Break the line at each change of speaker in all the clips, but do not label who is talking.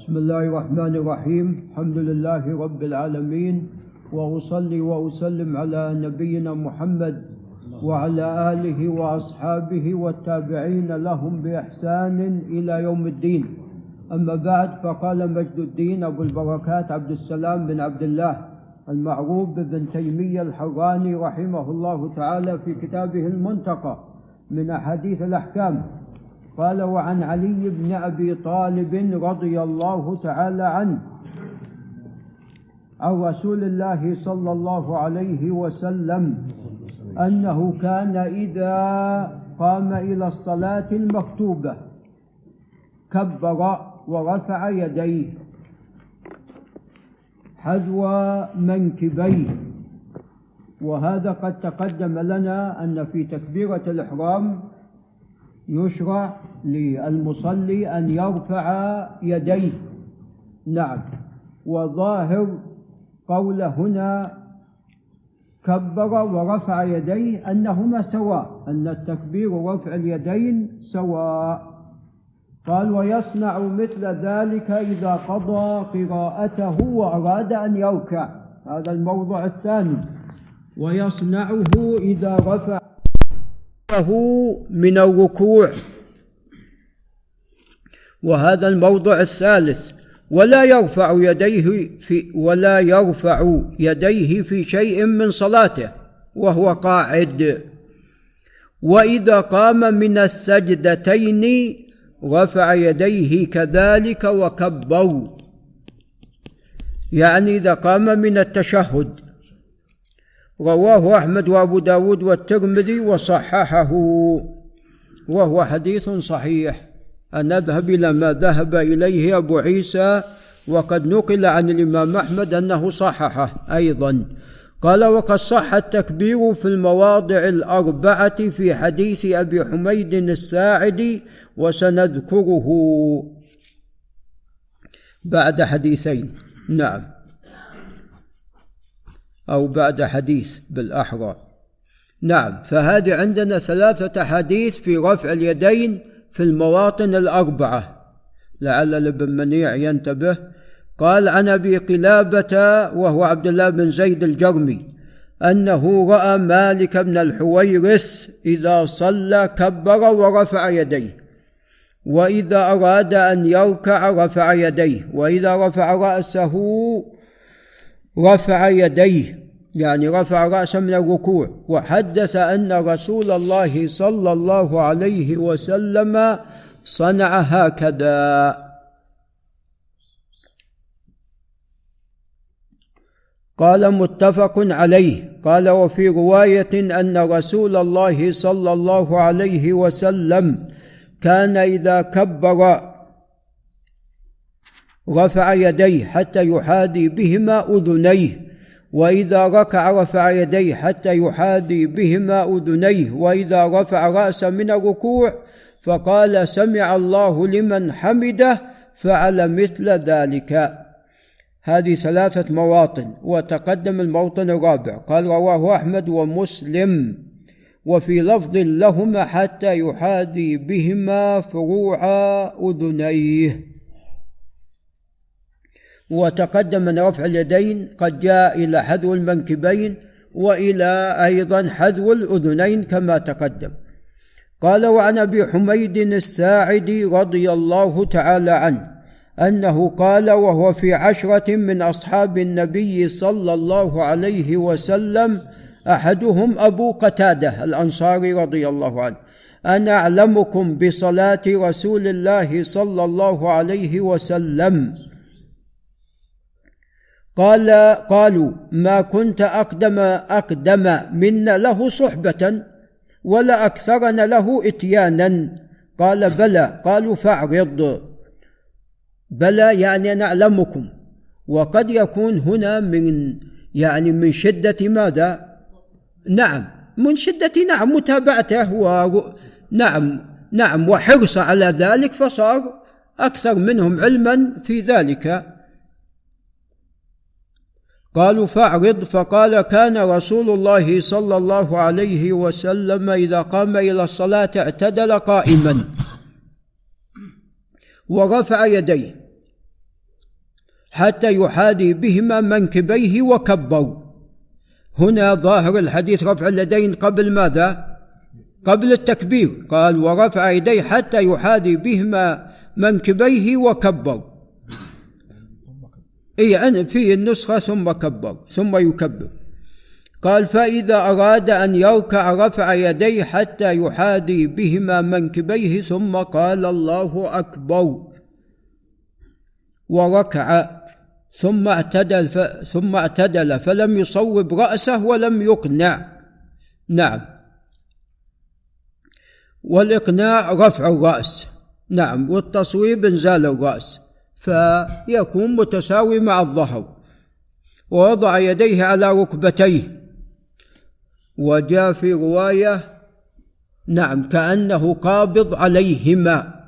بسم الله الرحمن الرحيم. الحمد لله رب العالمين، وأصلي وأسلم على نبينا محمد وعلى آله وأصحابه والتابعين لهم بإحسان إلى يوم الدين. أما بعد، فقال مجد الدين أبو البركات عبد السلام بن عبد الله المعروف بن تيمية الحراني رحمه الله تعالى في كتابه المنتقى من أحاديث الأحكام، قال: وعن علي بن أبي طالب رضي الله تعالى عنه عن رسول الله صلى الله عليه وسلم أنه كان إذا قام إلى الصلاة المكتوبة كبر ورفع يديه حذو منكبيه. وهذا قد تقدم لنا أن في تكبيرة الإحرام يشرع للمصلي أن يرفع يديه. نعم، وظاهر قول هنا كبر ورفع يديه أنهما سواء، أن التكبير ورفع اليدين سواء. قال: ويصنع مثل ذلك إذا قضى قراءته وأراد أن يركع. هذا الموضع الثاني. ويصنعه إذا رفع من الركوع. وهذا الموضع الثالث. ولا يرفع يديه في شيء من صلاته وهو قاعد. وإذا قام من السجدتين رفع يديه كذلك وكبر، يعني إذا قام من التشهد. رواه أحمد وأبو داود والترمذي وصححه، وهو حديث صحيح. أن نذهب إلى ما ذهب إليه أبو عيسى، وقد نقل عن الإمام أحمد أنه صححه أيضا. قال: وقد صح التكبير في المواضع الأربعة في حديث أبي حميد الساعدي، وسنذكره بعد حديثين. نعم، أو بعد حديث بالأحرى. نعم، فهذه عندنا 3 أحاديث في رفع اليدين في المواطن الأربعة، لعل الابن منيع ينتبه. قال: عن أبي قلابة وهو عبد الله بن زيد الجرمي أنه رأى مالك بن الحويرث إذا صلى كبر ورفع يديه، وإذا أراد أن يركع رفع يديه، وإذا رفع رأسه رفع يديه، يعني رفع رأسه من الركوع. وحدث أن رسول الله صلى الله عليه وسلم صنع هكذا. قال: متفق عليه. قال: وفي رواية أن رسول الله صلى الله عليه وسلم كان إذا كبر رفع يديه حتى يحاذي بهما أذنيه، وإذا ركع رفع يديه حتى يحاذي بهما أذنيه، وإذا رفع رأسه من الركوع فقال: سمع الله لمن حمده، فعل مثل ذلك. هذه 3 مواطن، وتقدم الموطن الرابع. قال: رواه أحمد ومسلم، وفي لفظ لهما حتى يحاذي بهما فروع أذنيه. وتقدم أن رفع اليدين قد جاء إلى حذو المنكبين وإلى أيضا حذو الأذنين كما تقدم. قال: وعن أبي حميد الساعدي رضي الله تعالى عنه أنه قال وهو في 10 من أصحاب النبي صلى الله عليه وسلم، أحدهم أبو قتادة الأنصاري رضي الله عنه: أنا أعلمكم بصلاة رسول الله صلى الله عليه وسلم. قالوا: ما كنت أقدم منا له صحبة ولا أكثرنا له إتيانا. قال: بلى. قالوا: فاعرض. بلى يعني نعلمكم. وقد يكون هنا من شدة ماذا؟ نعم، من شدة متابعته نعم وحرص على ذلك، فصار أكثر منهم علما في ذلك. قالوا: فاعرض. فقال: كان رسول الله صلى الله عليه وسلم إذا قام إلى الصلاة اعتدل قائما ورفع يديه، حتى يحاذي بهما منكبيه وكبر. هنا ظاهر الحديث رفع اليدين قبل ماذا؟ قبل التكبير. قال ورفع يديه حتى يحاذي بهما منكبيه وكبر. أنا في النسخة ثم كبر ثم يكبر. قال فإذا أراد أن يركع رفع يديه حتى يحاذي بهما منكبيه ثم قال الله أكبر وركع ثم اعتدل فلم يصوب رأسه ولم يقنع. نعم، والإقناع رفع الرأس. نعم، والتصويب انزال الرأس فيكون متساوي مع الظهر. ووضع يديه على ركبتيه، وجاء في رواية نعم كأنه قابض عليهما،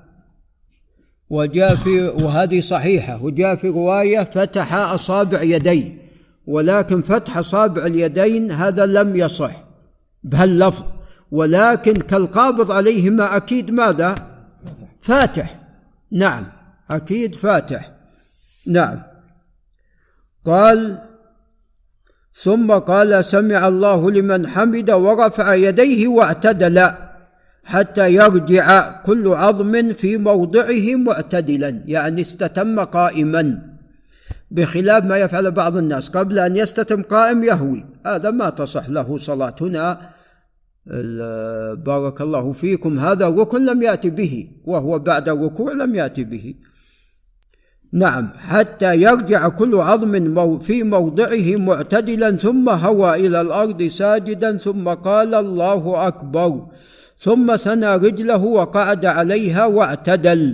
وهذه صحيحة. وجاء في رواية فتح أصابع يديه، ولكن فتح أصابع اليدين هذا لم يصح بهاللفظ، ولكن كالقابض عليهما أكيد ماذا؟ فاتح. نعم أكيد فاتح. نعم. قال ثم قال سمع الله لمن حمد ورفع يديه واعتدل حتى يرجع كل عظم في موضعه معتدلا، يعني استتم قائما، بخلاف ما يفعل بعض الناس قبل أن يستتم قائم يهوي، هذا ما تصح له صلاة. هنا بارك الله فيكم هذا الركن لم يأتي به، وهو بعد الركوع لم يأتي به. نعم، حتى يرجع كل عظم في موضعه معتدلا ثم هوى إلى الأرض ساجدا ثم قال الله أكبر ثم ثنى رجله وقعد عليها واعتدل.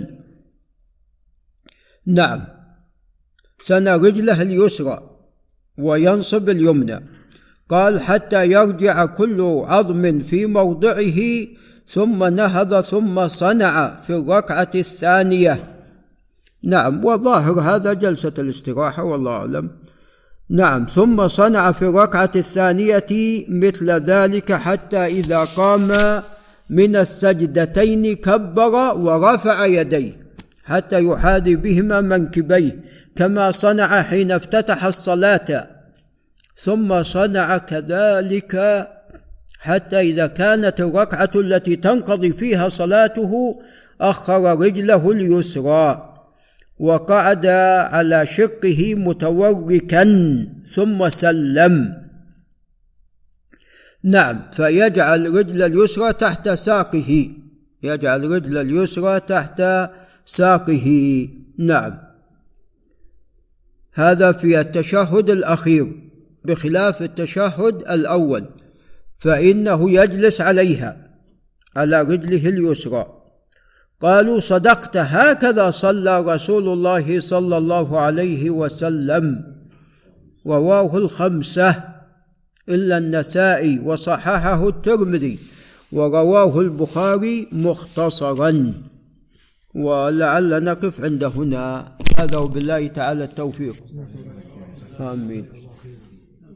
نعم، ثنى رجله اليسرى وينصب اليمنى. قال حتى يرجع كل عظم في موضعه ثم نهض ثم صنع في الركعة الثانية. نعم، وظاهر هذا جلسة الاستراحة والله أعلم. نعم، ثم صنع في الركعة الثانية مثل ذلك حتى إذا قام من السجدتين كبر ورفع يديه حتى يحاذي بهما منكبيه كما صنع حين افتتح الصلاة، ثم صنع كذلك حتى إذا كانت الركعة التي تنقضي فيها صلاته أخر رجله اليسرى وقعد على شقه متوركا ثم سلم. نعم، فيجعل رجل اليسرى تحت ساقه، يجعل رجل اليسرى تحت ساقه. نعم، هذا في التشهد الأخير، بخلاف التشهد الأول فإنه يجلس عليها على رجله اليسرى. قالوا صدقت، هكذا صلى رسول الله صلى الله عليه وسلم. رواه الخمسة إلا النسائي وصححه الترمذي، ورواه البخاري مختصرا. ولعل نقف عند هنا، هذا وبالله تعالى التوفيق. آمين.